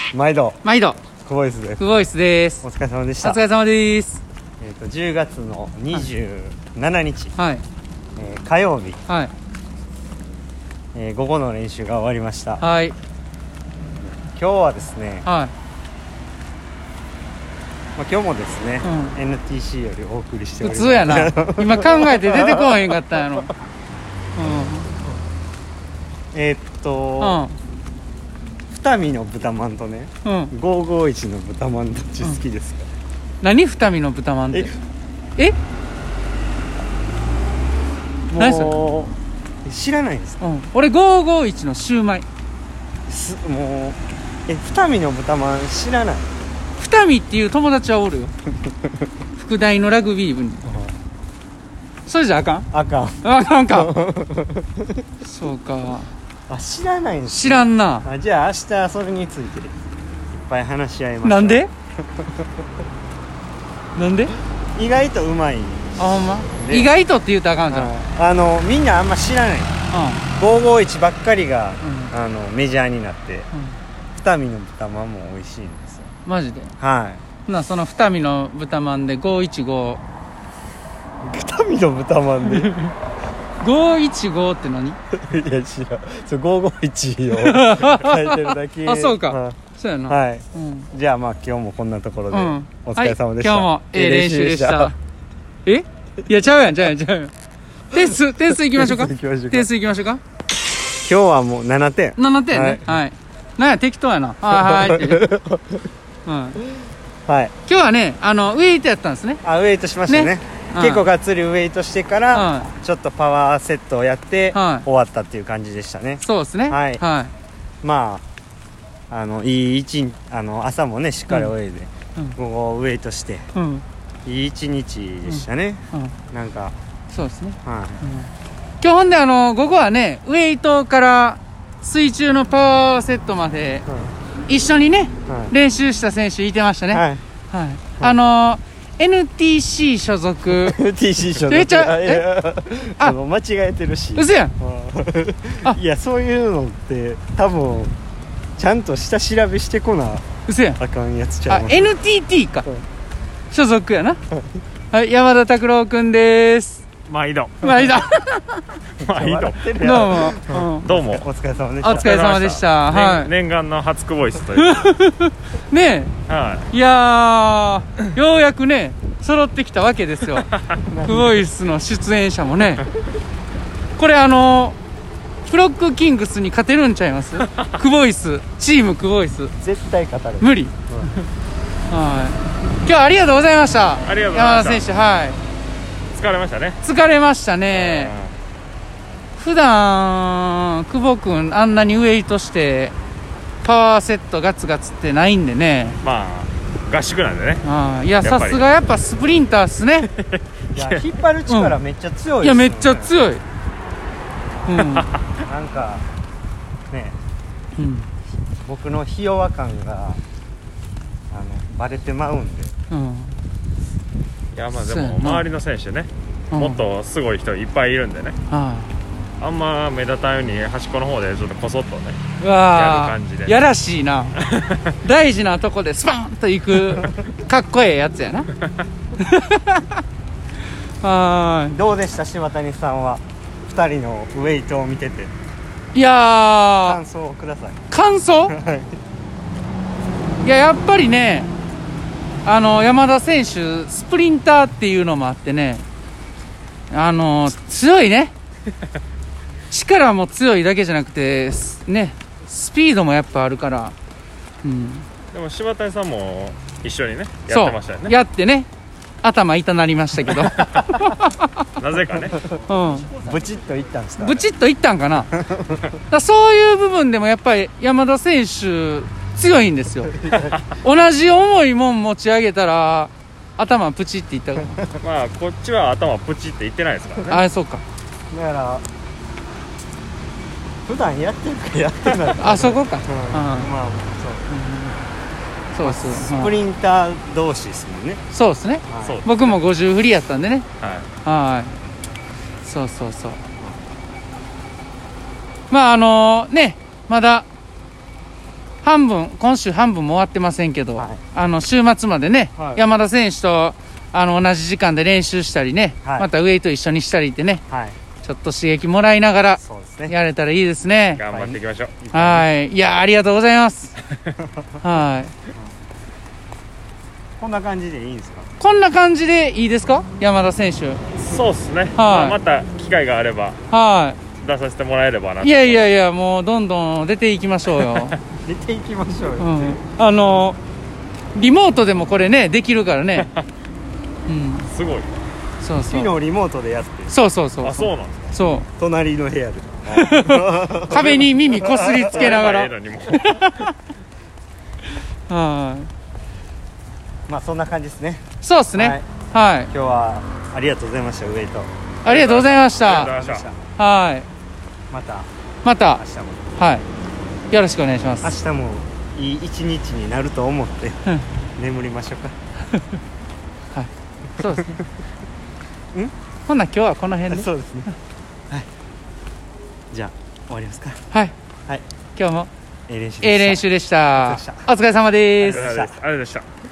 毎度毎度クボイスです。 クボイスです。 お疲れ様でした。 お疲れ様です。 10月の27日、 はい、 火曜日、 はい、 午後の練習が終わりました。 はい、 今日はですね、 はい、 今日もですね、NTC よりお送りしております。 普通やな今考えて出てこへんかったんやろ。 二見の豚まんとね、551の豚まんどっち好きですか？ 何二見の豚まんって何それ知らないんですか？ 俺551のシューマイもう二見の豚まん知らない？ 二見っていう友達はおるよ副大のラグビー部に。それじゃあかん？あかんかそうか。 知らないんです。 知らんな。 じゃあ明日それについていっぱい話し合いましょう。 なんでなんで意外とうまい。 ほんま意外とって言うたらあかんじゃん。みんなあんま知らない。551ばっかりが、メジャーになって、二見の豚まんも美味しいんですよ。マジで？はい。その二見の豚まんで515。 二見の豚まんで 515って何？いや知らん。551を書いてるだけ。 あ、そうか、そうやな。 はい、じゃあ今日もこんなところで、お疲れ様でした。 今日も練習でした。いやちゃうやん点数いきましょうか。点数いきましょうか。 今日はもう7点ね。はい、なんや適当やな。はいってはい。今日はねウエイトやったんですね。ウエイトしましたね。結構がっつりウエイトしてから、ちょっとパワーセットをやって、終わったっていう感じでしたね。そうですね。はい、まあいい一日、朝もねしっかり泳いで、午後ウエイトして、いい一日でしたね。なんかそうですね。今日ほんで午後はねウエイトから水中のパワーセットまで、一緒にね、練習した選手いてましたね。NTC 所属。NTC 所属。間違えてるし。うそやん。 いやそういうのって多分ちゃんと下調べしてこなあかんやつちゃう。 NTT か、所属やな。はい、山田拓郎くんです。毎度どうもお疲れ様でした。 お疲れ様でした。 念願の初クボイスというねえ、いやようやくね揃ってきたわけですよクボイスの出演者もね。これフロックキングスに勝てるんちゃいます？クボイスチームクボイス絶対勝たれる。 無理。今日はありがとうございました。 ありがとうございました。 山田選手。 疲れましたね。 疲れましたね。普段久保君あんなにウエイトしてパワーセットガツガツってないんでね。 合宿なんでね。 いやさすがやっぱスプリンターっすね。 いや引っ張る力めっちゃ強いですね。 いやめっちゃ強い。 なんかね、僕のひ弱感がバレてまうんで。 いやでも周りの選手ね、もっとすごい人いっぱいいるんでね、あんま目立たんように端っこの方でちょっとこそっとねやる感じで。 やらしいな大事なとこでスパンと行くかっこええやつやなどうでした柴谷さんは2人のウェイトを見てて。 いや感想をください。 感想いややっぱりね山田選手スプリンターっていうのもあってね強いね力も強いだけじゃなくてねスピードもやっぱあるから、 でも柴谷さんも一緒にねやってましたよね。 やってね頭痛なりましたけどなぜかね、 ブチッといったんですか？ ブチッといったんかなそういう部分でもやっぱり山田選手強いんですよ同じ重いもん持ち上げたら頭プチっていったからこっちは頭プチっていってないですからね。 そうか。 だから普段やってるかやってないそこか。 そうスプリンター同士ですもんね。 そうですね。僕も50振りやったんでね。そうまだ今週半分も終わってませんけど、週末までね、山田選手と同じ時間で練習したりね、またウエイト一緒にしたりってね、ちょっと刺激もらいながらやれたらいいですね。 頑張っていきましょう。 はい、いやありがとうございます。はい。 こんな感じでいいんですか？ こんな感じでいいですか、山田選手？ そうですね。また機会があれば、出させてもらえればな。 いやいやいや、もうどんどん出ていきましょうよ。 出ていきましょうよ。リモートでもこれねできるからね。 すごい。 そうそう。昨日リモートでやって。 そうそうそう。 あ、そうなんですか。 そう。 隣の部屋で。 壁に耳こすりつけながら。はい。 まあそんな感じですね。 そうですね。はい。 今日はありがとうございました、ウエイト。 ありがとうございました。はい。 また明日も。はい。よろしくお願いします。 明日もいい一日になると思って眠りましょうか。 はい。そうですね。ほんな今日はこの辺で。 そうですね。はい。じゃあ終わりますか。 はい。 はい。 今日も練習でした。お疲れ様です。 ありがとうございました。